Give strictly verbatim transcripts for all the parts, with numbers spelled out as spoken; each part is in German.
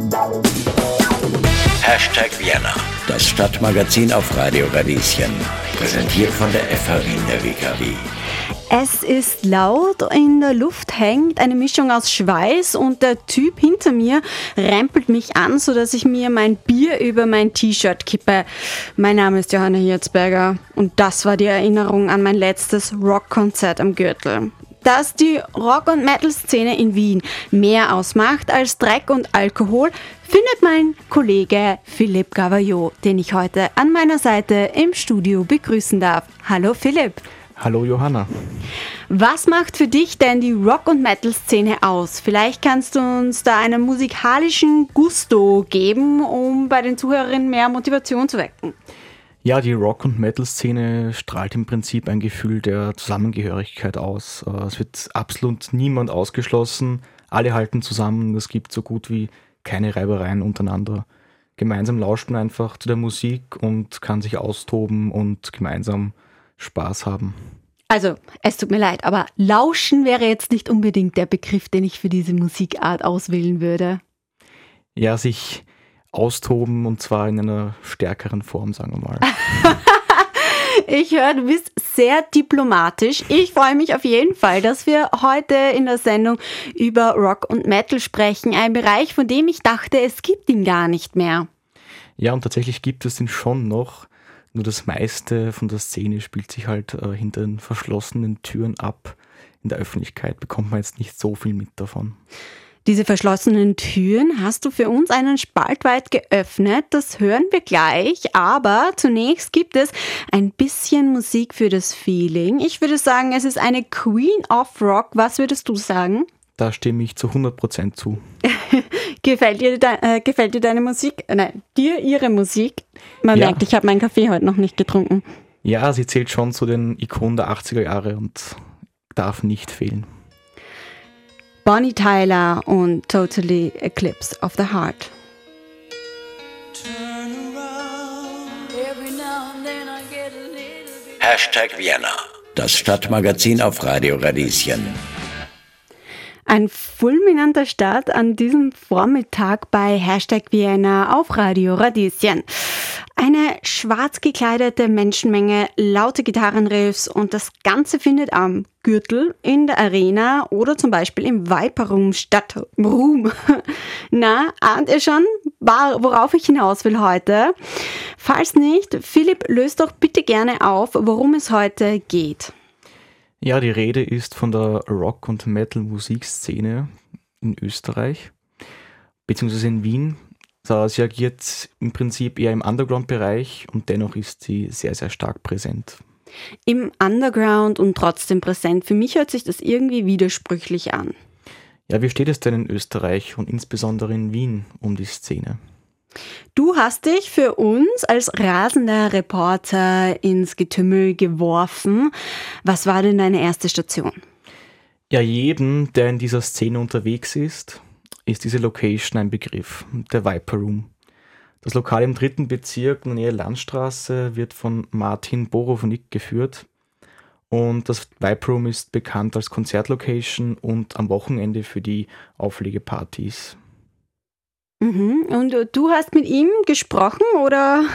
Hashtag Vienna, das Stadtmagazin auf Radio Radieschen. Präsentiert von der F H Wien der W K W. Es ist laut, in der Luft hängt eine Mischung aus Schweiß und der Typ hinter mir rempelt mich an, sodass ich mir mein Bier über mein T-Shirt kippe. Mein Name ist Johanna Hirzberger und das war die Erinnerung an mein letztes Rockkonzert am Gürtel. Dass die Rock- und Metal-Szene in Wien mehr ausmacht als Dreck und Alkohol, findet mein Kollege Philipp Gavaillot, den ich heute an meiner Seite im Studio begrüßen darf. Hallo Philipp. Hallo Johanna. Was macht für dich denn die Rock- und Metal-Szene aus? Vielleicht kannst du uns da einen musikalischen Gusto geben, um bei den Zuhörerinnen mehr Motivation zu wecken. Ja, die Rock- und Metal-Szene strahlt im Prinzip ein Gefühl der Zusammengehörigkeit aus. Es wird absolut niemand ausgeschlossen. Alle halten zusammen. Es gibt so gut wie keine Reibereien untereinander. Gemeinsam lauscht man einfach zu der Musik und kann sich austoben und gemeinsam Spaß haben. Also, es tut mir leid, aber Lauschen wäre jetzt nicht unbedingt der Begriff, den ich für diese Musikart auswählen würde. Ja, sich austoben und zwar in einer stärkeren Form, sagen wir mal. Ich höre, du bist sehr diplomatisch. Ich freue mich auf jeden Fall, dass wir heute in der Sendung über Rock und Metal sprechen. Ein Bereich, von dem ich dachte, es gibt ihn gar nicht mehr. Ja, und tatsächlich gibt es ihn schon noch. Nur das meiste von der Szene spielt sich halt äh, hinter den verschlossenen Türen ab. In der Öffentlichkeit bekommt man jetzt nicht so viel mit davon. Diese verschlossenen Türen hast du für uns einen Spalt weit geöffnet. Das hören wir gleich. Aber zunächst gibt es ein bisschen Musik für das Feeling. Ich würde sagen, es ist eine Queen of Rock. Was würdest du sagen? Da stimme ich zu hundert Prozent zu. Gefällt dir, de- äh, gefällt dir deine Musik? Äh, nein, dir ihre Musik? Man Ja. merkt, ich habe meinen Kaffee heute noch nicht getrunken. Ja, sie zählt schon zu den Ikonen der achtziger Jahre und darf nicht fehlen. Bonnie Tyler und Totally Eclipse of the Heart. Hashtag Vienna, das Stadtmagazin auf Radio Radieschen. Ein fulminanter Start an diesem Vormittag bei Hashtag Vienna auf Radio Radieschen. Eine schwarz gekleidete Menschenmenge, laute Gitarrenriffs und das Ganze findet am Gürtel, in der Arena oder zum Beispiel im Viper Room statt. Room. Na, ahnt ihr schon, worauf ich hinaus will heute? Falls nicht, Philipp, löst doch bitte gerne auf, worum es heute geht. Ja, die Rede ist von der Rock- und Metal-Musikszene in Österreich, beziehungsweise in Wien. So, sie agiert im Prinzip eher im Underground-Bereich und dennoch ist sie sehr, sehr stark präsent. Im Underground und trotzdem präsent. Für mich hört sich das irgendwie widersprüchlich an. Ja, wie steht es denn in Österreich und insbesondere in Wien um die Szene? Du hast dich für uns als rasender Reporter ins Getümmel geworfen. Was war denn deine erste Station? Ja, jedem, der in dieser Szene unterwegs ist, ist diese Location ein Begriff, der Viper Room. Das Lokal im dritten Bezirk in der Nähe Landstraße wird von Martin Borownik geführt und das Viper Room ist bekannt als Konzertlocation und am Wochenende für die Auflegepartys. Mhm. Und du hast mit ihm gesprochen, oder?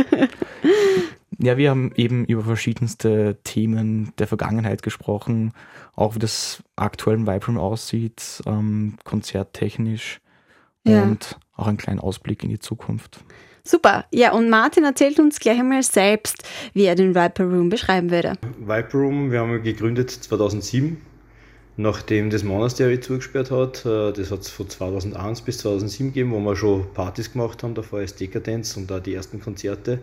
Ja, wir haben eben über verschiedenste Themen der Vergangenheit gesprochen, auch wie das aktuell im Vibe Room aussieht, ähm, konzerttechnisch Ja. und auch einen kleinen Ausblick in die Zukunft. Super. Ja, und Martin erzählt uns gleich einmal selbst, wie er den Viper Room beschreiben würde. Viper Room, wir haben ihn gegründet zweitausendsieben, nachdem das Monastery zugesperrt hat. Das hat es von zweitausendeins bis zweitausendsieben gegeben, wo wir schon Partys gemacht haben, davor ist Dekadenz und da die ersten Konzerte.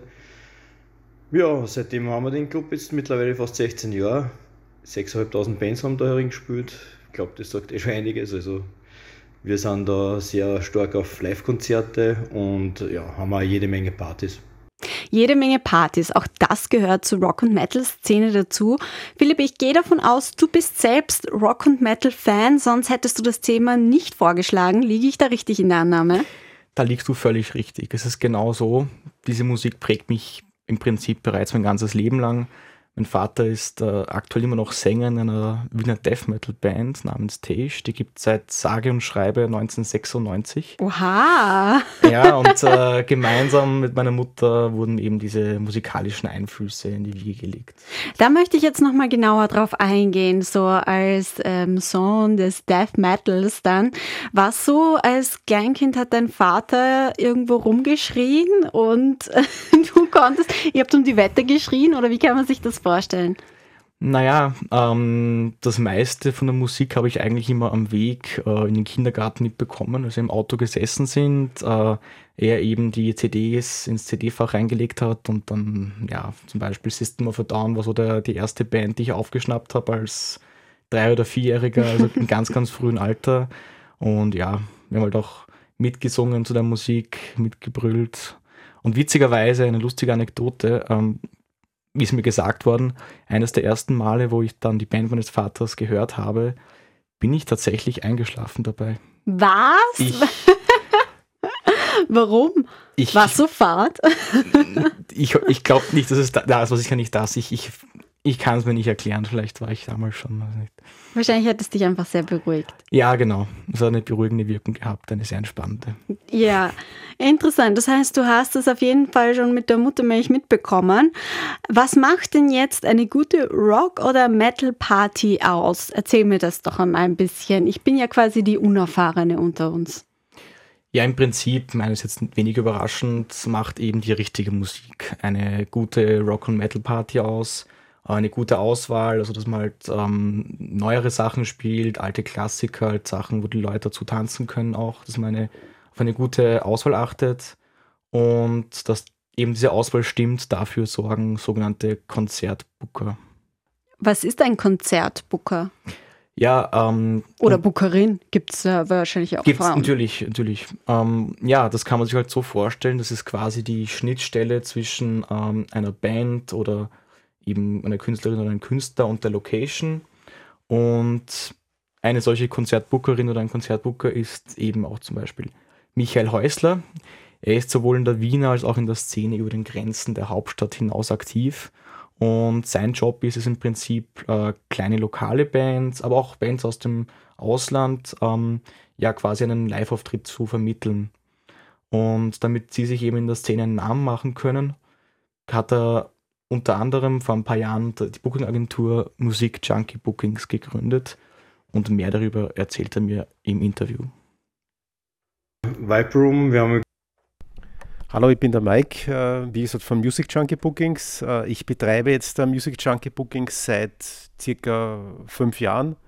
Ja, seitdem haben wir den Club jetzt mittlerweile fast sechzehn Jahre. sechstausendfünfhundert Bands haben da herin gespielt. Ich glaube, das sagt eh schon einiges. Also wir sind da sehr stark auf Live-Konzerte und ja, haben auch jede Menge Partys. Jede Menge Partys, auch das gehört zur Rock- und Metal-Szene dazu. Philipp, ich gehe davon aus, du bist selbst Rock- und Metal-Fan, sonst hättest du das Thema nicht vorgeschlagen. Liege ich da richtig in der Annahme? Da liegst du völlig richtig. Es ist genau so. Diese Musik prägt mich im Prinzip bereits mein ganzes Leben lang. Mein Vater ist äh, aktuell immer noch Sänger in einer Wiener Death Metal Band namens Tesh. Die gibt es seit sage und schreibe neunzehnhundertsechsundneunzig. Oha! Ja, und äh, gemeinsam mit meiner Mutter wurden eben diese musikalischen Einflüsse in die Wiege gelegt. Da möchte ich jetzt nochmal genauer drauf eingehen, so als ähm, Sohn des Death Metals dann. Was so als Kleinkind hat dein Vater irgendwo rumgeschrien und äh, du konntest, ihr habt um die Wette geschrien oder wie kann man sich das vorstellen? Naja, ähm, das meiste von der Musik habe ich eigentlich immer am Weg äh, in den Kindergarten mitbekommen, als wir im Auto gesessen sind, äh, er eben die C Ds ins C D-Fach reingelegt hat und dann, ja, zum Beispiel System of a Down war so der, die erste Band, die ich aufgeschnappt habe als Drei- oder Vierjähriger, also im ganz, ganz frühen Alter. Und ja, wir haben halt auch mitgesungen zu der Musik, mitgebrüllt. Und witzigerweise, eine lustige Anekdote, ähm, wie ist mir gesagt worden, eines der ersten Male, wo ich dann die Band meines Vaters gehört habe, bin ich tatsächlich eingeschlafen dabei. Was? Ich, Warum? ich, War so fad? ich, ich glaube nicht, dass es da, das war sicher nicht das. Ich, ich, ich kann es mir nicht erklären, vielleicht war ich damals schon. Weiß nicht. Wahrscheinlich hat es dich einfach sehr beruhigt. Ja, genau. Es hat eine beruhigende Wirkung gehabt, eine sehr entspannende. Ja, interessant. Das heißt, du hast es auf jeden Fall schon mit der Muttermilch mitbekommen. Was macht denn jetzt eine gute Rock- oder Metal-Party aus? Erzähl mir das doch einmal ein bisschen. Ich bin ja quasi die Unerfahrene unter uns. Ja, im Prinzip, meine ich jetzt wenig überraschend, macht eben die richtige Musik eine gute Rock- und Metal-Party aus. Eine gute Auswahl, also dass man halt ähm, neuere Sachen spielt, alte Klassiker, halt Sachen, wo die Leute dazu tanzen können auch, dass man eine, auf eine gute Auswahl achtet und dass eben diese Auswahl stimmt, dafür sorgen sogenannte Konzertbooker. Was ist ein Konzertbooker? Ja, ähm, Oder Bookerin gibt es ja wahrscheinlich auch. Gibt es Frauen. natürlich, natürlich. Ähm, ja, das kann man sich halt so vorstellen, das ist quasi die Schnittstelle zwischen ähm, einer Band oder eben einer Künstlerin oder einem Künstler und der Location. Und eine solche Konzertbookerin oder ein Konzertbooker ist eben auch zum Beispiel Michael Häusler. Er ist sowohl in der Wiener als auch in der Szene über den Grenzen der Hauptstadt hinaus aktiv. Und sein Job ist es im Prinzip, äh, kleine lokale Bands, aber auch Bands aus dem Ausland, ähm, ja quasi einen Live-Auftritt zu vermitteln. Und damit sie sich eben in der Szene einen Namen machen können, hat er unter anderem vor ein paar Jahren die Booking-Agentur Musik Junkie Bookings gegründet und mehr darüber erzählt er mir im Interview. Vibe Room, wir haben... Hallo, ich bin der Mike, wie gesagt von Music Junkie Bookings. Ich betreibe jetzt Music Junkie Bookings seit circa fünf Jahren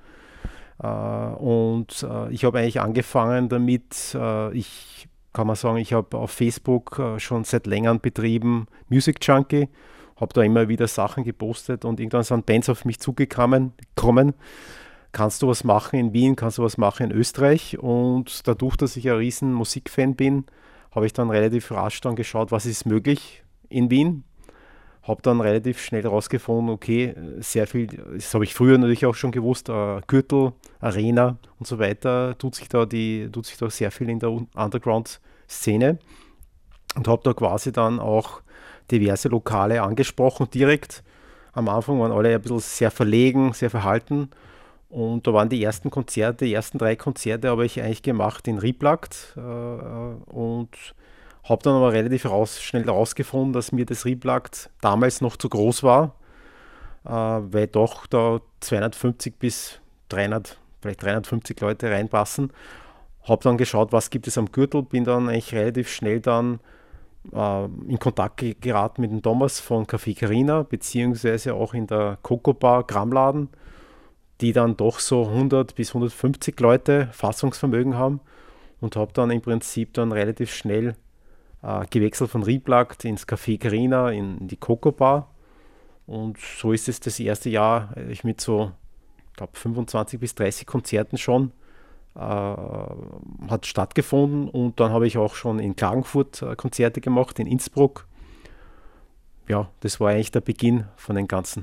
und ich habe eigentlich angefangen damit, ich kann mal sagen, ich habe auf Facebook schon seit längerem betrieben Music Junkie, habe da immer wieder Sachen gepostet und irgendwann sind Bands auf mich zugekommen, kommen. Kannst du was machen in Wien, kannst du was machen in Österreich? Und dadurch, dass ich ein riesen Musikfan bin, habe ich dann relativ rasch dann geschaut, was ist möglich in Wien. Habe dann relativ schnell herausgefunden, okay, sehr viel, das habe ich früher natürlich auch schon gewusst, äh, Gürtel, Arena und so weiter, tut sich da, die, tut sich da sehr viel in der Underground-Szene. Und habe da quasi dann auch diverse Lokale angesprochen direkt. Am Anfang waren alle ein bisschen sehr verlegen, sehr verhalten. Und da waren die ersten Konzerte, die ersten drei Konzerte habe ich eigentlich gemacht in Replagt äh, und habe dann aber relativ raus, schnell herausgefunden, dass mir das Replagt damals noch zu groß war, äh, weil doch da zweihundertfünfzig bis dreihundert, vielleicht dreihundertfünfzig Leute reinpassen. Habe dann geschaut, was gibt es am Gürtel, bin dann eigentlich relativ schnell dann äh, in Kontakt geraten mit dem Thomas von Café Carina, beziehungsweise auch in der Coco Bar Grammladen, die dann doch so hundert bis hundertfünfzig Leute Fassungsvermögen haben und habe dann im Prinzip dann relativ schnell äh, gewechselt von Replagt ins Café Carina, in die Coco Bar und so ist es das erste Jahr, ich mit so, ich glaube fünfundzwanzig bis dreißig Konzerten schon äh, hat stattgefunden und dann habe ich auch schon in Klagenfurt äh, Konzerte gemacht, in Innsbruck. Ja, das war eigentlich der Beginn von den Ganzen.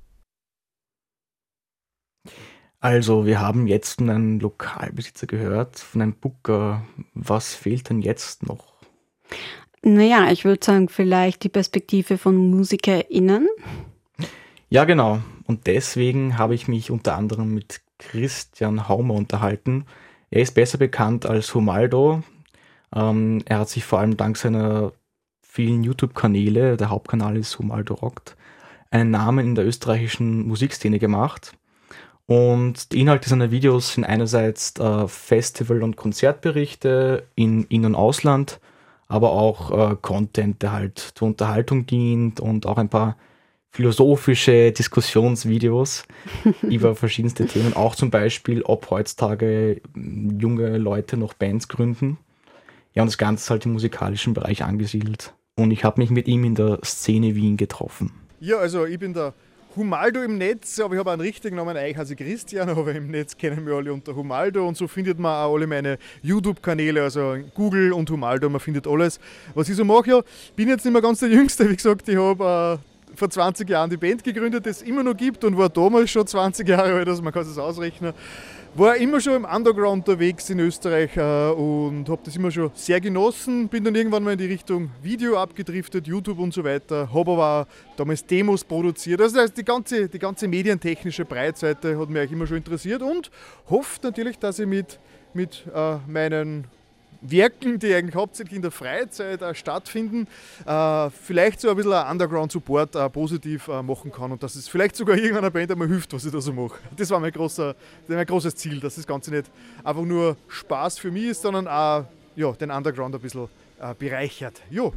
Also, wir haben jetzt von einem Lokalbesitzer gehört, von einem Booker. Was fehlt denn jetzt noch? Naja, ich würde sagen, vielleicht die Perspektive von MusikerInnen. Ja, genau. Und deswegen habe ich mich unter anderem mit Christian Haumer unterhalten. Er ist besser bekannt als Humaldo. Ähm, er hat sich vor allem dank seiner vielen YouTube-Kanäle, der Hauptkanal ist Humaldo Rockt, einen Namen in der österreichischen Musikszene gemacht. Und die Inhalte seiner Videos sind einerseits äh, Festival- und Konzertberichte in In- und Ausland, aber auch äh, Content, der halt zur Unterhaltung dient und auch ein paar philosophische Diskussionsvideos über verschiedenste Themen, auch zum Beispiel, ob heutzutage junge Leute noch Bands gründen. Ja, und das Ganze ist halt im musikalischen Bereich angesiedelt. Und ich habe mich mit ihm in der Szene Wien getroffen. Ja, also ich bin der Humaldo im Netz, aber ich habe einen richtigen Namen, eigentlich heiße ich Christian, aber im Netz kennen wir alle unter Humaldo und so findet man auch alle meine YouTube-Kanäle, also Google und Humaldo, man findet alles. Was ich so mache, ja, bin jetzt nicht mehr ganz der Jüngste, wie gesagt, ich habe äh, vor zwanzig Jahren die Band gegründet, die es immer noch gibt und war damals schon zwanzig Jahre alt, also man kann es ausrechnen. War immer schon im Underground unterwegs in Österreich äh, und habe das immer schon sehr genossen. Bin dann irgendwann mal in die Richtung Video abgedriftet, YouTube und so weiter. Habe aber auch damals Demos produziert. Also die ganze, die ganze medientechnische Breitseite hat mich eigentlich immer schon interessiert und hoffe natürlich, dass ich mit, mit äh, meinen Werken, die eigentlich hauptsächlich in der Freizeit äh, stattfinden, äh, vielleicht so ein bisschen ein Underground-Support äh, positiv äh, machen kann und dass es vielleicht sogar irgendeiner Band einmal hilft, was ich da so mache. Das war mein, großer, mein großes Ziel, dass das Ganze nicht einfach nur Spaß für mich ist, sondern auch ja, den Underground ein bisschen äh, bereichert. Jo.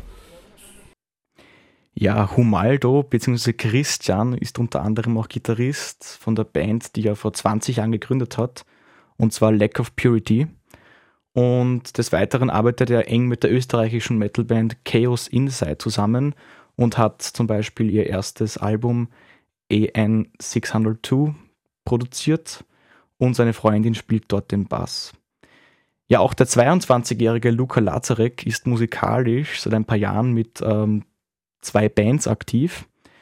Ja, Humaldo bzw. Christian ist unter anderem auch Gitarrist von der Band, die er vor zwanzig Jahren gegründet hat, und zwar Lack of Purity. Und des Weiteren arbeitet er eng mit der österreichischen Metalband Chaos Inside zusammen und hat zum Beispiel ihr erstes Album A N sechshundertzwei produziert und seine Freundin spielt dort den Bass. Ja, auch der zweiundzwanzigjährige Luka Lazarek ist musikalisch seit ein paar Jahren mit ähm, zwei Bands aktiv.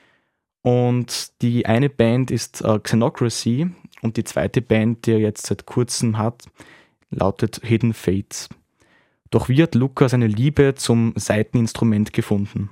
Und die eine Band ist äh, Xenocracy und die zweite Band, die er jetzt seit kurzem hat, lautet Hidden Fates. Doch wie hat Luca seine Liebe zum Saiteninstrument gefunden?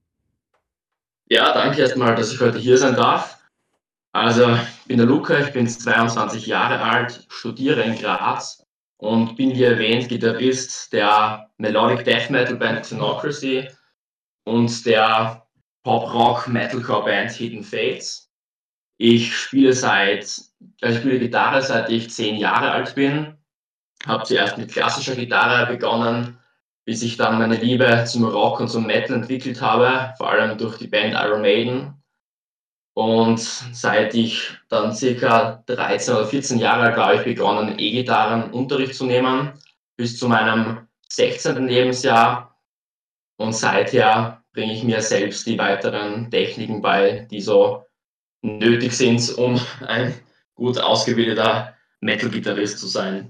Ja, danke erstmal, dass ich heute hier sein darf. Also, ich bin der Luca, ich bin zweiundzwanzig Jahre alt, studiere in Graz und bin, wie erwähnt, Gitarrist der Melodic Death Metal Band Xenocracy und der Pop-Rock-Metalcore-Band Hidden Fates. Ich spiele seit, also ich spiele Gitarre, seit ich zehn Jahre alt bin. Habe zuerst mit klassischer Gitarre begonnen, bis ich dann meine Liebe zum Rock und zum Metal entwickelt habe, vor allem durch die Band Iron Maiden. Und seit ich dann circa dreizehn oder vierzehn Jahre alt war, habe ich begonnen, E-Gitarrenunterricht zu nehmen, bis zu meinem sechzehnten Lebensjahr. Und seither bringe ich mir selbst die weiteren Techniken bei, die so nötig sind, um ein gut ausgebildeter Metal-Gitarrist zu sein.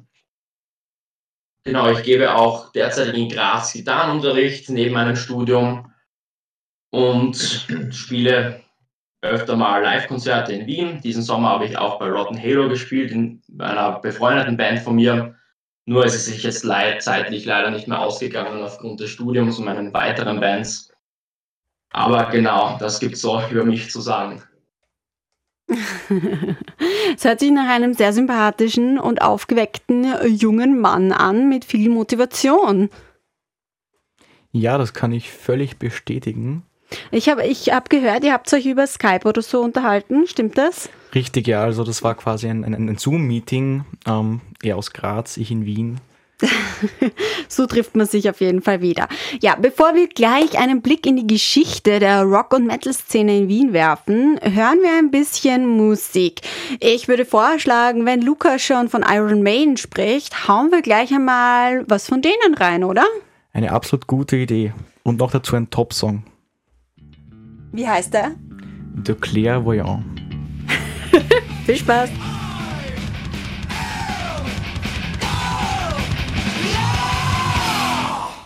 Genau, ich gebe auch derzeit in Graz Gitarrenunterricht neben meinem Studium und spiele öfter mal Live-Konzerte in Wien. Diesen Sommer habe ich auch bei Rotten Halo gespielt, in einer befreundeten Band von mir. Nur ist es sich jetzt leid, zeitlich leider nicht mehr ausgegangen aufgrund des Studiums und meinen weiteren Bands. Aber genau, das gibt es so über mich zu sagen. Es hört sich nach einem sehr sympathischen und aufgeweckten jungen Mann an mit viel Motivation. Ja, das kann ich völlig bestätigen. Ich habe ich hab gehört, ihr habt euch über Skype oder so unterhalten, stimmt das? Richtig, ja, also das war quasi ein, ein, ein Zoom-Meeting, ähm, er aus Graz, ich in Wien. So trifft man sich auf jeden Fall wieder. Ja, bevor wir gleich einen Blick in die Geschichte der Rock- und Metal-Szene in Wien werfen, hören wir ein bisschen Musik. Ich würde vorschlagen, wenn Luca schon von Iron Maiden spricht, hauen wir gleich einmal was von denen rein, oder? Eine absolut gute Idee. Und noch dazu ein Top-Song. Wie heißt der? De Clairvoyant. Viel Spaß!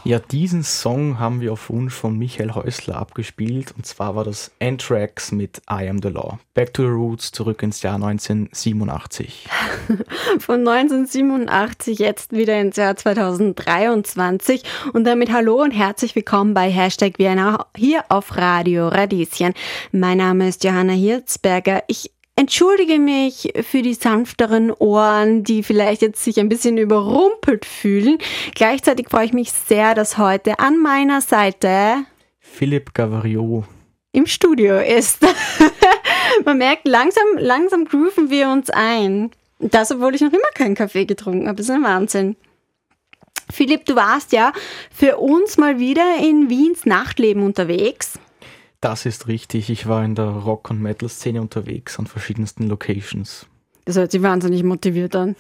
Ja, diesen Song haben wir auf Wunsch von Michael Häusler abgespielt, und zwar war das Anthrax mit I Am The Law. Back to the Roots, zurück ins Jahr neunzehnhundertsiebenundachtzig. Von neunzehnhundertsiebenundachtzig jetzt wieder ins Jahr zweitausenddreiundzwanzig und damit hallo und herzlich willkommen bei Hashtag Vienna hier auf Radio Radieschen. Mein Name ist Johanna Hirzberger. Ich entschuldige mich für die sanfteren Ohren, die vielleicht jetzt sich ein bisschen überrumpelt fühlen. Gleichzeitig freue ich mich sehr, dass heute an meiner Seite Philipp Gavariot im Studio ist. Man merkt, langsam, langsam grooven wir uns ein. Das, obwohl ich noch immer keinen Kaffee getrunken habe. Das ist ein Wahnsinn. Philipp, du warst ja für uns mal wieder in Wiens Nachtleben unterwegs. Das ist richtig. Ich war in der Rock- und Metal-Szene unterwegs an verschiedensten Locations. Das hört sich wahnsinnig motiviert an.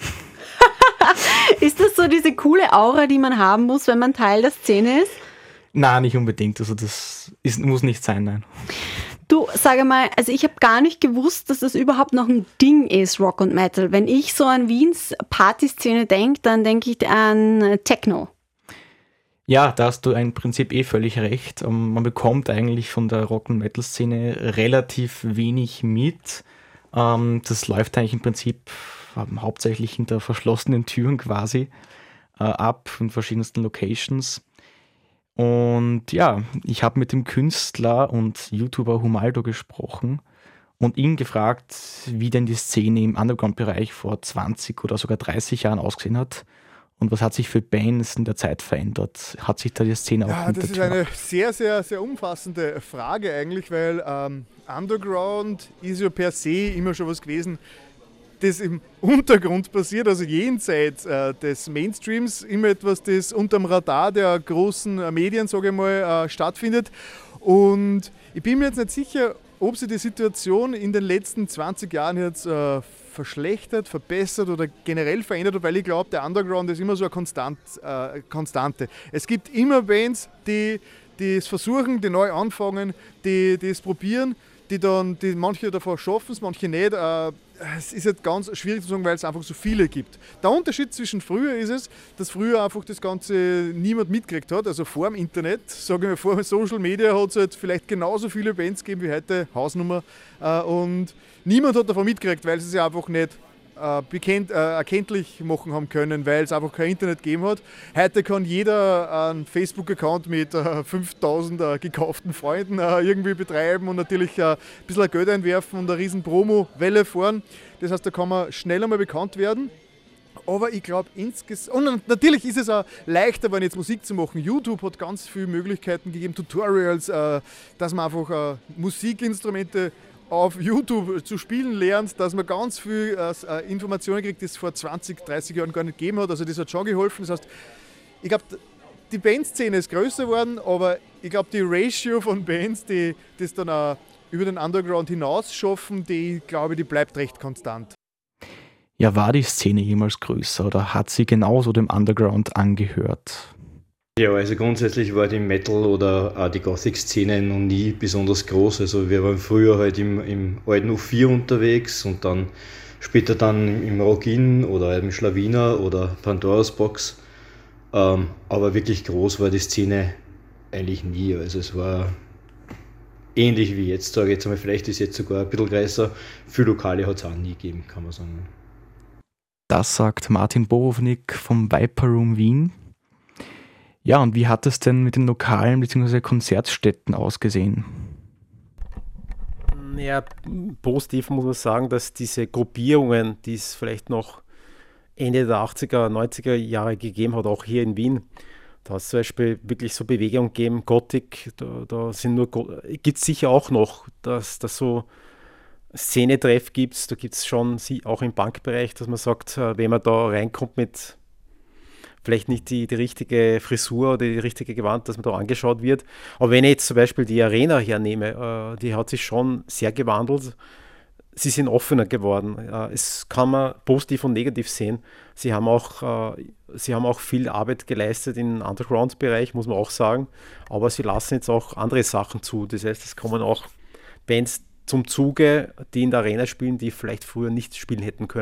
Ist das so diese coole Aura, die man haben muss, wenn man Teil der Szene ist? Nein, nicht unbedingt. Also das ist, muss nicht sein, nein. Du, sage mal, also ich habe gar nicht gewusst, dass das überhaupt noch ein Ding ist, Rock und Metal. Wenn ich so an Wiens Partyszene denke, dann denke ich an Techno. Ja, da hast du im Prinzip eh völlig recht. Man bekommt eigentlich von der Rock- und Metal-Szene relativ wenig mit. Das läuft eigentlich im Prinzip hauptsächlich hinter verschlossenen Türen quasi ab in verschiedensten Locations. Und ja, ich habe mit dem Künstler und YouTuber Humaldo gesprochen und ihn gefragt, wie denn die Szene im Underground-Bereich vor zwanzig oder sogar dreißig Jahren ausgesehen hat. Und was hat sich für Bands in der Zeit verändert? Hat sich da die Szene auch Ja, das ist eine sehr, sehr, sehr umfassende Frage eigentlich, weil ähm, Underground ist ja per se immer schon was gewesen, das im Untergrund passiert, also jenseits äh, des Mainstreams, immer etwas, das unterm Radar der großen äh, Medien, sage ich mal, äh, stattfindet. Und ich bin mir jetzt nicht sicher, ob sich die Situation in den letzten zwanzig Jahren jetzt äh, verschlechtert, verbessert oder generell verändert hat, weil ich glaube, der Underground ist immer so eine Konstant, äh, Konstante. Es gibt immer Bands, die, die es versuchen, die neu anfangen, die, die es probieren, die dann, die manche davon schaffen es, manche nicht. Äh, es ist jetzt ganz schwierig zu sagen, weil es einfach so viele gibt. Der Unterschied zwischen früher ist es, dass früher einfach das Ganze niemand mitgekriegt hat. Also vor dem Internet, sage ich mal, vor dem Social Media hat es halt vielleicht genauso viele Bands gegeben wie heute, Hausnummer. Äh, und niemand hat davon mitgekriegt, weil sie sich einfach nicht äh, bekannt, äh, erkenntlich machen haben können, weil es einfach kein Internet gegeben hat. Heute kann jeder einen Facebook-Account mit äh, fünftausend äh, gekauften Freunden äh, irgendwie betreiben und natürlich äh, ein bisschen Geld einwerfen und eine riesen Promo-Welle fahren. Das heißt, da kann man schnell einmal bekannt werden. Aber ich glaube insgesamt, und natürlich ist es auch leichter, wenn jetzt Musik zu machen. YouTube hat ganz viele Möglichkeiten gegeben, Tutorials, äh, dass man einfach äh, Musikinstrumente auf YouTube zu spielen lernt, dass man ganz viel äh, Informationen kriegt, die es vor zwanzig, dreißig Jahren gar nicht gegeben hat. Also das hat schon geholfen. Das heißt, ich glaube, die Bandszene ist größer geworden, aber ich glaube, die Ratio von Bands, die das dann auch über den Underground hinaus schaffen, die, glaube ich, die bleibt recht konstant. Ja, war die Szene jemals größer oder hat sie genauso dem Underground angehört? Ja, also grundsätzlich war die Metal- oder auch die Gothic-Szene noch nie besonders groß. Also wir waren früher halt im, im alten U vier unterwegs und dann später dann im Rock-In oder im Schlawiner oder Pandora's Box. Ähm, aber wirklich groß war die Szene eigentlich nie. Also es war ähnlich wie jetzt, sage ich jetzt einmal, vielleicht ist es jetzt sogar ein bisschen größer. Viele Lokale hat es auch nie gegeben, kann man sagen. Das sagt Martin Borownik vom Viper Room Wien. Ja, und wie hat es denn mit den Lokalen bzw. Konzertstätten ausgesehen? Ja, positiv muss man sagen, dass diese Gruppierungen, die es vielleicht noch Ende der achtziger, neunziger Jahre gegeben hat, auch hier in Wien, da hat es zum Beispiel wirklich so Bewegungen gegeben, Gothic, da, da sind nur, gibt es sicher auch noch, dass das so Szenetreff gibt, da gibt es schon auch im Punkbereich, dass man sagt, wenn man da reinkommt mit vielleicht nicht die, die richtige Frisur oder die richtige Gewand, dass man da angeschaut wird. Aber wenn ich jetzt zum Beispiel die Arena hernehme, äh, die hat sich schon sehr gewandelt. Sie sind offener geworden. Äh, es kann man positiv und negativ sehen. Sie haben auch, äh, sie haben auch viel Arbeit geleistet im Underground-Bereich, muss man auch sagen. Aber sie lassen jetzt auch andere Sachen zu. Das heißt, es kommen auch Bands zum Zuge, die in der Arena spielen, die vielleicht früher nicht spielen hätten können.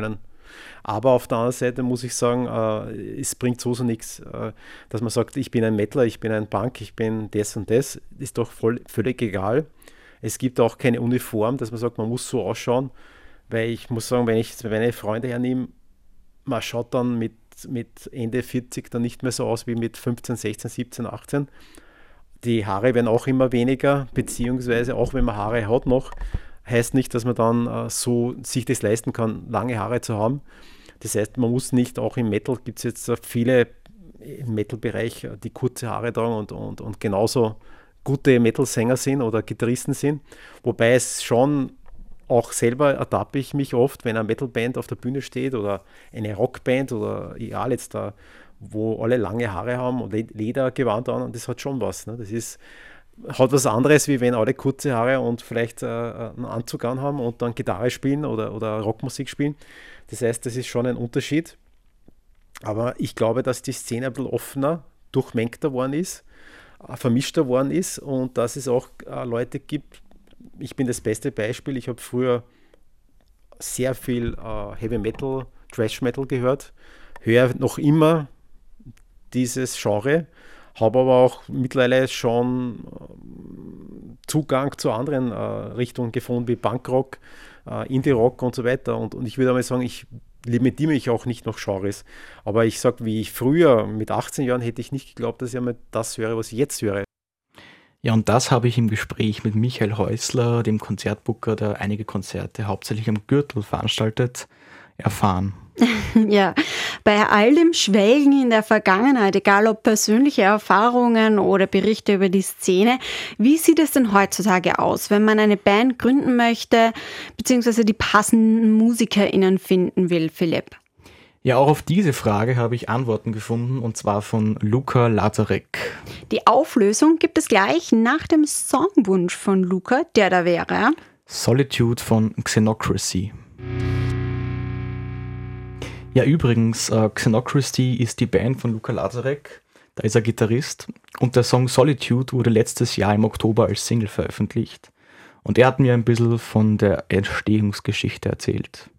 Aber auf der anderen Seite muss ich sagen, äh, es bringt so so nichts, äh, dass man sagt, ich bin ein Mettler, ich bin ein Punk, ich bin das und das, ist doch voll, völlig egal. Es gibt auch keine Uniform, dass man sagt, man muss so ausschauen, weil ich muss sagen, wenn ich meine Freunde hernehme, man schaut dann mit, mit Ende vierzig dann nicht mehr so aus wie mit fünfzehn, sechzehn, siebzehn, achtzehn. Die Haare werden auch immer weniger, beziehungsweise auch wenn man Haare hat noch, heißt nicht, dass man dann äh, so sich das leisten kann, lange Haare zu haben. Das heißt, man muss nicht, auch im Metal gibt es jetzt äh, viele im Metal-Bereich, äh, die kurze Haare tragen und, und, und genauso gute Metal-Sänger sind oder Gitarristen sind. Wobei es schon auch selber ertappe ich mich oft, wenn eine Metal-Band auf der Bühne steht oder eine Rockband oder egal jetzt da, wo alle lange Haare haben und Ledergewand an, und das hat schon was. Ne? Das ist, hat was anderes, wie wenn alle kurze Haare und vielleicht äh, einen Anzug anhaben und dann Gitarre spielen oder, oder Rockmusik spielen. Das heißt, das ist schon ein Unterschied. Aber ich glaube, dass die Szene ein bisschen offener, durchmengter worden ist, äh, vermischter worden ist und dass es auch äh, Leute gibt. Ich bin das beste Beispiel. Ich habe früher sehr viel äh, Heavy Metal, Thrash Metal gehört, höre noch immer dieses Genre, habe aber auch mittlerweile schon äh, Zugang zu anderen äh, Richtungen gefunden, wie Punkrock, äh, Indie-Rock und so weiter. Und, und ich würde einmal sagen, ich limitiere mich auch nicht nach Genres. Aber ich sage, wie ich früher mit achtzehn Jahren hätte ich nicht geglaubt, dass ich einmal das höre, was ich jetzt höre. Ja, und das habe ich im Gespräch mit Michael Häusler, dem Konzertbooker, der einige Konzerte hauptsächlich am Gürtel veranstaltet, erfahren. Ja, bei all dem Schwelgen in der Vergangenheit, egal ob persönliche Erfahrungen oder Berichte über die Szene, wie sieht es denn heutzutage aus, wenn man eine Band gründen möchte, beziehungsweise die passenden MusikerInnen finden will, Philipp? Ja, auch auf diese Frage habe ich Antworten gefunden, und zwar von Luca Lazarek. Die Auflösung gibt es gleich nach dem Songwunsch von Luca, der da wäre Solitude von Xenocracy. Ja, übrigens, uh, Xenocracy ist die Band von Luca Lazarek, da ist er Gitarrist, und der Song Solitude wurde letztes Jahr im Oktober als Single veröffentlicht. Und er hat mir ein bisschen von der Entstehungsgeschichte erzählt.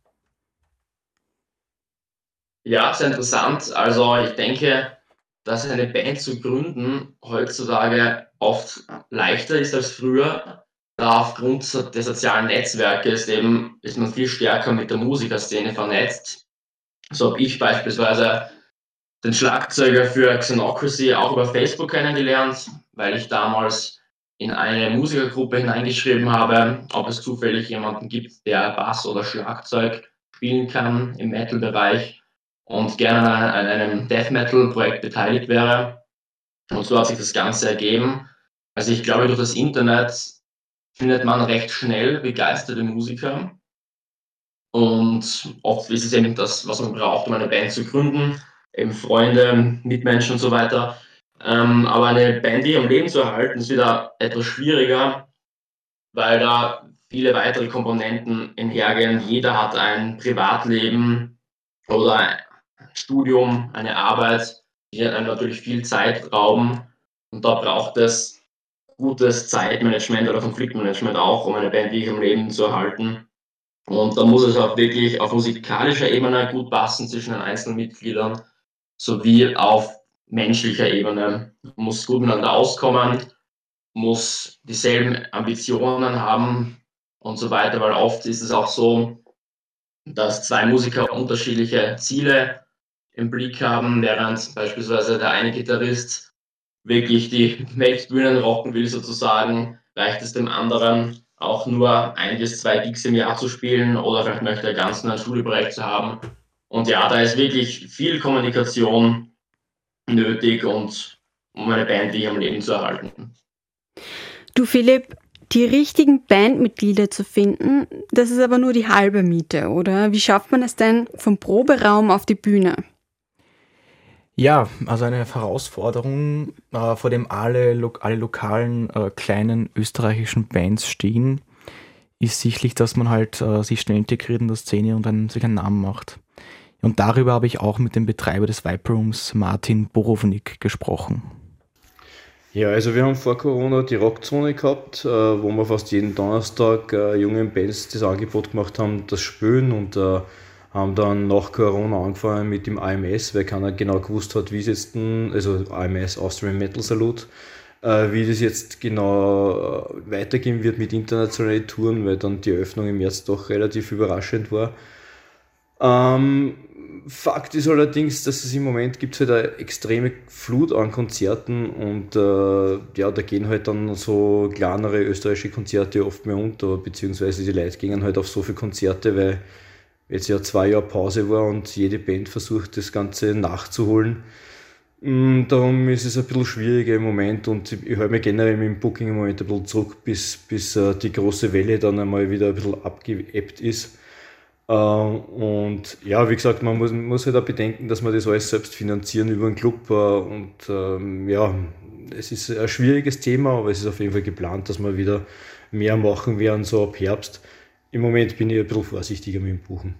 Ja, sehr interessant. Also ich denke, dass eine Band zu gründen heutzutage oft leichter ist als früher. Da aufgrund des sozialen Netzwerkes eben ist man viel stärker mit der Musikerszene vernetzt. So habe ich beispielsweise den Schlagzeuger für Xenocracy auch über Facebook kennengelernt, weil ich damals in eine Musikergruppe hineingeschrieben habe, ob es zufällig jemanden gibt, der Bass oder Schlagzeug spielen kann im Metal-Bereich und gerne an einem Death-Metal-Projekt beteiligt wäre. Und so hat sich das Ganze ergeben. Also ich glaube, durch das Internet findet man recht schnell begeisterte Musiker. Und oft ist es eben das, was man braucht, um eine Band zu gründen. Eben Freunde, Mitmenschen und so weiter. Ähm, aber eine Band hier am Leben zu erhalten, ist wieder etwas schwieriger, weil da viele weitere Komponenten einhergehen. Jeder hat ein Privatleben oder ein Studium, eine Arbeit, die einem natürlich viel Zeit rauben. Und da braucht es gutes Zeitmanagement oder Konfliktmanagement auch, um eine Band wirklich am Leben zu erhalten. Und da muss es auch wirklich auf musikalischer Ebene gut passen zwischen den einzelnen Mitgliedern, sowie auf menschlicher Ebene. Man muss gut miteinander auskommen, muss dieselben Ambitionen haben und so weiter, weil oft ist es auch so, dass zwei Musiker unterschiedliche Ziele im Blick haben, während beispielsweise der eine Gitarrist wirklich die Weltbühnen rocken will sozusagen, reicht es dem anderen auch nur ein bis zwei Gigs im Jahr zu spielen oder vielleicht möchte er ganz einen Studiobereich zu haben. Und ja, da ist wirklich viel Kommunikation nötig, und um eine Band wie am Leben zu erhalten. Du Philipp, die richtigen Bandmitglieder zu finden, das ist aber nur die halbe Miete, oder? Wie schafft man es denn vom Proberaum auf die Bühne? Ja, also eine Herausforderung, äh, vor dem alle, lo- alle lokalen äh, kleinen österreichischen Bands stehen, ist sicherlich, dass man halt äh, sich schnell integriert in der Szene und einen, sich einen Namen macht. Und darüber habe ich auch mit dem Betreiber des Viper Rooms, Martin Borownik, gesprochen. Ja, also wir haben vor Corona die Rockzone gehabt, äh, wo wir fast jeden Donnerstag äh, jungen Bands das Angebot gemacht haben, das Spielen, und äh, haben dann nach Corona angefangen mit dem A M S, weil keiner genau gewusst hat, wie es jetzt, denn, also A M S, Austrian Metal Salute, äh, wie das jetzt genau äh, weitergehen wird mit internationalen Touren, weil dann die Eröffnung im März doch relativ überraschend war. Ähm, Fakt ist allerdings, dass es im Moment gibt halt eine extreme Flut an Konzerten und äh, ja, da gehen halt dann so kleinere österreichische Konzerte oft mehr unter, beziehungsweise die Leute gehen halt auf so viele Konzerte, weil jetzt ja zwei Jahre Pause war und jede Band versucht, das Ganze nachzuholen. Mm, Darum ist es ein bisschen schwieriger im Moment und ich halte mich generell mit dem Booking im Moment ein bisschen zurück, bis, bis äh, die große Welle dann einmal wieder ein bisschen abgeebbt ist. Äh, und ja, wie gesagt, man muss, muss halt auch bedenken, dass wir das alles selbst finanzieren über den Club. Äh, und ähm, ja, es ist ein schwieriges Thema, aber es ist auf jeden Fall geplant, dass wir wieder mehr machen werden, so ab Herbst. Im Moment bin ich ein bisschen vorsichtiger mit dem Buchen.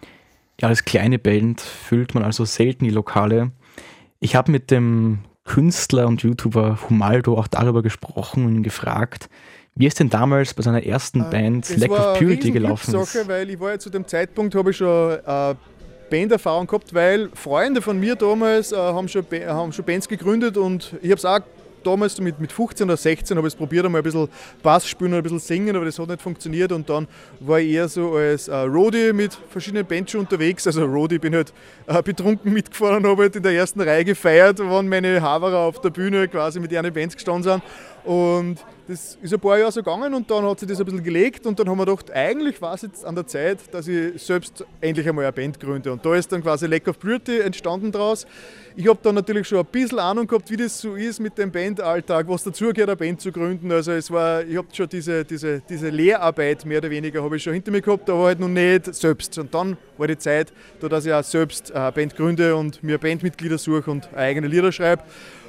Ja, als kleine Band füllt man also selten die Lokale. Ich habe mit dem Künstler und YouTuber Humaldo auch darüber gesprochen und ihn gefragt, wie es denn damals bei seiner ersten Band Es Lack war of eine Purity gelaufen Riesenglückssache, ist. weil ich war ja zu dem Zeitpunkt, habe ich schon äh, Banderfahrung gehabt, weil Freunde von mir damals äh, haben, schon, Ba- haben schon Bands gegründet und ich habe es auch damals mit, mit fünfzehn oder sechzehn habe ich es probiert, einmal ein bisschen Bass spielen und ein bisschen singen, aber das hat nicht funktioniert und dann war ich eher so als äh, Roadie mit verschiedenen Bands schon unterwegs. Also Roadie, bin halt äh, betrunken mitgefahren und habe halt in der ersten Reihe gefeiert, wann meine Haverer auf der Bühne quasi mit ihren Bands gestanden sind. Und das ist ein paar Jahre so gegangen und dann hat sich das ein bisschen gelegt und dann haben wir gedacht, eigentlich war es jetzt an der Zeit, dass ich selbst endlich einmal eine Band gründe. Und da ist dann quasi Lack of Purity entstanden draus. Ich habe dann natürlich schon ein bisschen Ahnung gehabt, wie das so ist mit dem Bandalltag, was dazugehört, eine Band zu gründen. Also es war, ich habe schon diese, diese, diese Lehrarbeit mehr oder weniger habe ich schon hinter mir gehabt, aber halt noch nicht selbst. Und dann war die Zeit, da dass ich auch selbst eine Band gründe und mir Bandmitglieder suche und eigene Lieder schreibe.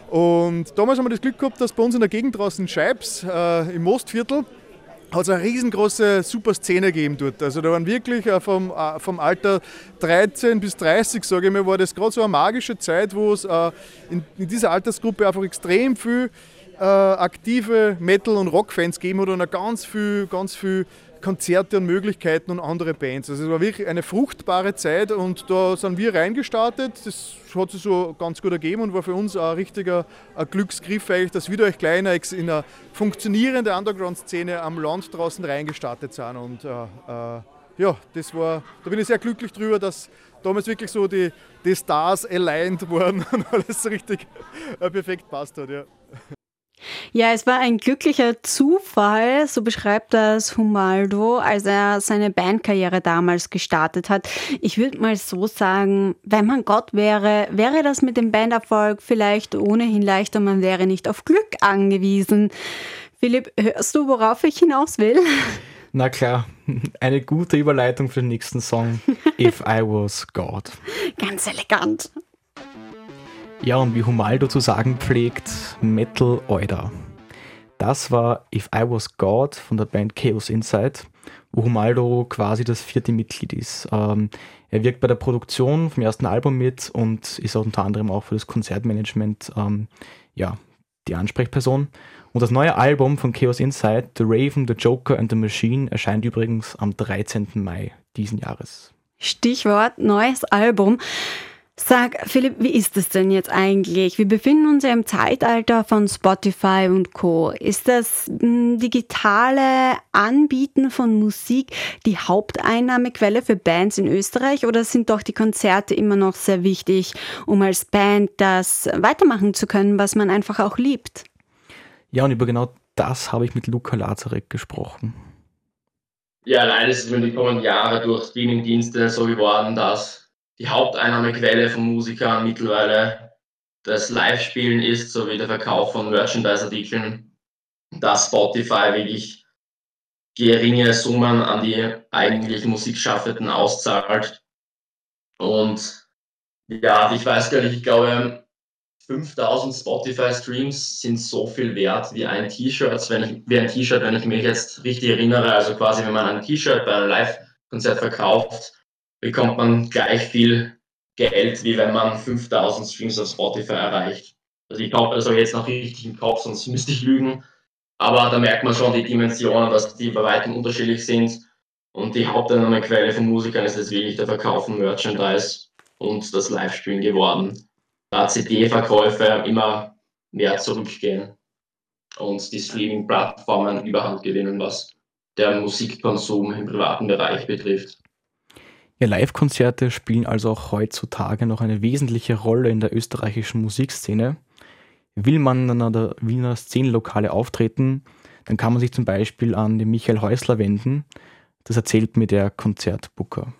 Und damals haben wir das Glück gehabt, dass bei uns in der Gegend draußen in Scheibs, äh, im Mostviertel, hat es eine riesengroße super Szene gegeben dort. Also da waren wirklich äh, vom, äh, vom Alter dreizehn bis dreißig, sage ich mal, war das gerade so eine magische Zeit, wo es äh, in, in dieser Altersgruppe einfach extrem viel äh, aktive Metal- und Rock-Fans gegeben hat und auch ganz viel, ganz viel Konzerte und Möglichkeiten und andere Bands. Also es war wirklich eine fruchtbare Zeit und da sind wir reingestartet. Das hat sich so ganz gut ergeben und war für uns ein richtiger ein Glücksgriff eigentlich, dass wir da gleich in eine, in eine funktionierende Underground-Szene am Land draußen reingestartet sind. Und äh, äh, ja, das war, da bin ich sehr glücklich drüber, dass damals wirklich so die, die Stars aligned waren und alles so richtig äh, perfekt passt hat. Ja. Ja, es war ein glücklicher Zufall, so beschreibt das Humaldo, als er seine Bandkarriere damals gestartet hat. Ich würde mal so sagen, wenn man Gott wäre, wäre das mit dem Banderfolg vielleicht ohnehin leichter, man wäre nicht auf Glück angewiesen. Philipp, hörst du, worauf ich hinaus will? Na klar, eine gute Überleitung für den nächsten Song, If I Was God. Ganz elegant. Ja, und wie Humaldo zu sagen pflegt, Metal Oida. Das war If I Was God von der Band Chaos Inside, wo Humaldo quasi das vierte Mitglied ist. Ähm, er wirkt bei der Produktion vom ersten Album mit und ist auch unter anderem auch für das Konzertmanagement ähm, ja, die Ansprechperson. Und das neue Album von Chaos Inside, The Raven, The Joker and The Machine, erscheint übrigens am dreizehnten Mai diesen Jahres. Stichwort neues Album. Sag, Philipp, wie ist es denn jetzt eigentlich? Wir befinden uns ja im Zeitalter von Spotify und Co. Ist das m, digitale Anbieten von Musik die Haupteinnahmequelle für Bands in Österreich oder sind doch die Konzerte immer noch sehr wichtig, um als Band das weitermachen zu können, was man einfach auch liebt? Ja, und über genau das habe ich mit Luca Lazarek gesprochen. Ja, leider ist es über die kommenden Jahre durch Streamingdienste so geworden, dass die Haupteinnahmequelle von Musikern mittlerweile das Live-Spielen ist, sowie der Verkauf von Merchandise-Artikeln, dass Spotify wirklich geringe Summen an die eigentlich Musikschaffenden auszahlt. Und ja, ich weiß gar nicht, ich glaube, fünftausend Spotify-Streams sind so viel wert wie ein T-Shirt, wenn ich, wie ein T-Shirt, wenn ich mich jetzt richtig erinnere. Also quasi, wenn man ein T-Shirt bei einem Live-Konzert verkauft, bekommt man gleich viel Geld, wie wenn man fünftausend Streams auf Spotify erreicht. Also ich glaube, das habe ich jetzt noch richtig im Kopf, sonst müsste ich lügen. Aber da merkt man schon die Dimensionen, dass die bei weitem unterschiedlich sind. Und die Haupteinnahmequelle von Musikern ist jetzt wirklich der Verkauf von Merchandise und das Live-Spielen geworden. Da C D-Verkäufe immer mehr zurückgehen und die Streaming-Plattformen überhand gewinnen, was der Musikkonsum im privaten Bereich betrifft. Ja, Live-Konzerte spielen also auch heutzutage noch eine wesentliche Rolle in der österreichischen Musikszene. Will man an einer Wiener Szenenlokale auftreten, dann kann man sich zum Beispiel an den Michael Häusler wenden. Das erzählt mir der Konzertbooker.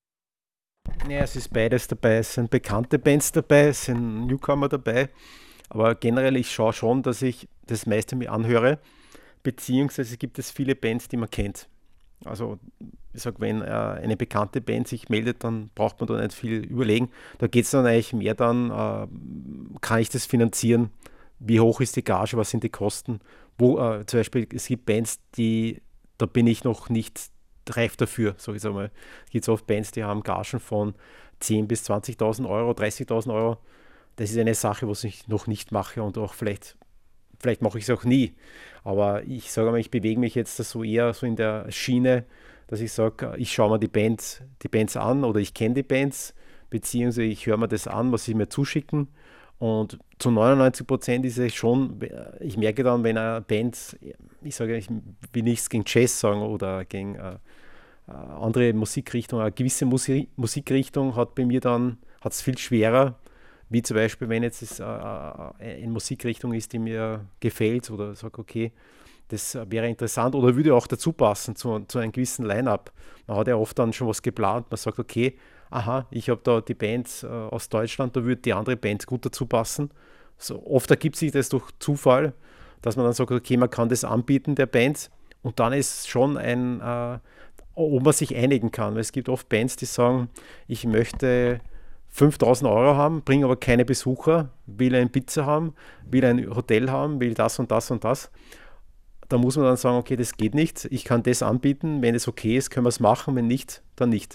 Ja, es ist beides dabei. Es sind bekannte Bands dabei, es sind Newcomer dabei. Aber generell, ich schaue schon, dass ich das meiste mir anhöre. Beziehungsweise gibt es viele Bands, die man kennt. Also ich sage, wenn äh, eine bekannte Band sich meldet, dann braucht man da nicht viel überlegen. Da geht es dann eigentlich mehr dann, äh, kann ich das finanzieren? Wie hoch ist die Gage? Was sind die Kosten? Wo, äh, zum Beispiel, es gibt Bands, die, da bin ich noch nicht reif dafür, sage ich einmal. Es gibt oft Bands, die haben Gagen von zehntausend bis zwanzigtausend Euro, dreißigtausend Euro. Das ist eine Sache, was ich noch nicht mache und auch vielleicht, vielleicht mache ich es auch nie. Aber ich sage mal, ich bewege mich jetzt so eher so in der Schiene, dass ich sage, ich schaue mir die Bands, die Bands an oder ich kenne die Bands, beziehungsweise ich höre mir das an, was sie mir zuschicken. Und zu neunundneunzig Prozent ist es schon, ich merke dann, wenn eine Band, ich sage, ich will nichts gegen Jazz sagen oder gegen äh, andere Musikrichtungen, eine gewisse Musik, Musikrichtung hat bei mir dann, hat es viel schwerer, wie zum Beispiel, wenn jetzt es, äh, eine Musikrichtung ist, die mir gefällt oder sage, okay, das wäre interessant oder würde auch dazu passen zu, zu einem gewissen Line-Up. Man hat ja oft dann schon was geplant, man sagt, okay, aha, ich habe da die Band äh, aus Deutschland, da würde die andere Band gut dazu passen. So, oft ergibt sich das durch Zufall, dass man dann sagt, okay, man kann das anbieten der Band und dann ist schon ein, äh, ob man sich einigen kann. Weil es gibt oft Bands, die sagen, ich möchte fünftausend Euro haben, bringe aber keine Besucher, will ein Pizza haben, will ein Hotel haben, will das und das und das. Da muss man dann sagen, okay, das geht nicht, ich kann das anbieten, wenn es okay ist, können wir es machen, wenn nicht, dann nicht.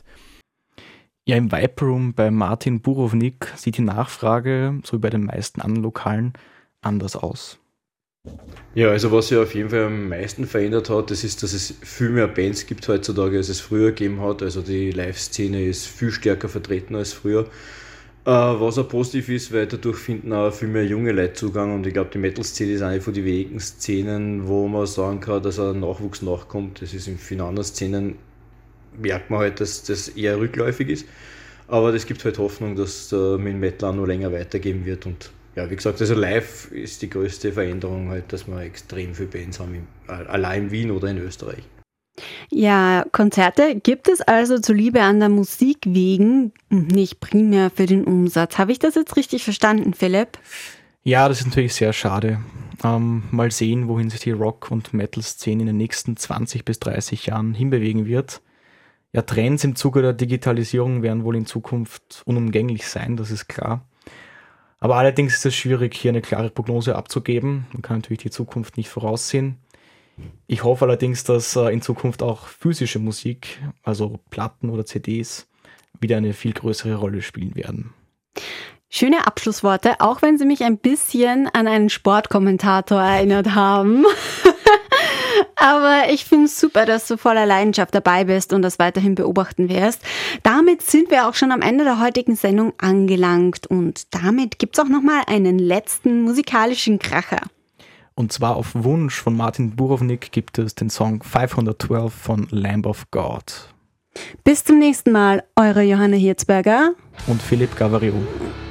Ja, im Viper Room bei Martin Burovnik sieht die Nachfrage, so wie bei den meisten anderen Lokalen, anders aus. Ja, also was sich auf jeden Fall am meisten verändert hat, das ist, dass es viel mehr Bands gibt heutzutage, als es früher gegeben hat. Also die Live-Szene ist viel stärker vertreten als früher. Äh, was auch positiv ist, weil dadurch finden auch viel mehr junge Leute Zugang und ich glaube, die Metal-Szene ist eine von den wenigen Szenen, wo man sagen kann, dass ein Nachwuchs nachkommt. Das ist in vielen anderen Szenen, merkt man halt, dass das eher rückläufig ist. Aber das gibt halt Hoffnung, dass äh, mit dem Metal auch noch länger weitergehen wird. Und ja, wie gesagt, also live ist die größte Veränderung halt, dass wir extrem viele Bands haben, im, allein in Wien oder in Österreich. Ja, Konzerte gibt es also zur Liebe an der Musik wegen, nicht primär für den Umsatz. Habe ich das jetzt richtig verstanden, Philipp? Ja, das ist natürlich sehr schade. Ähm, mal sehen, wohin sich die Rock- und Metal-Szene in den nächsten zwanzig bis dreißig Jahren hinbewegen wird. Ja, Trends im Zuge der Digitalisierung werden wohl in Zukunft unumgänglich sein, das ist klar. Aber allerdings ist es schwierig, hier eine klare Prognose abzugeben. Man kann natürlich die Zukunft nicht voraussehen. Ich hoffe allerdings, dass äh, in Zukunft auch physische Musik, also Platten oder C Ds, wieder eine viel größere Rolle spielen werden. Schöne Abschlussworte, auch wenn sie mich ein bisschen an einen Sportkommentator erinnert haben. Aber ich finde es super, dass du voller Leidenschaft dabei bist und das weiterhin beobachten wirst. Damit sind wir auch schon am Ende der heutigen Sendung angelangt und damit gibt es auch nochmal einen letzten musikalischen Kracher. Und zwar auf Wunsch von Martin Burovnik gibt es den Song fünfhundertzwölf von Lamb of God. Bis zum nächsten Mal, eure Johanna Hirzberger und Philipp Gavariou.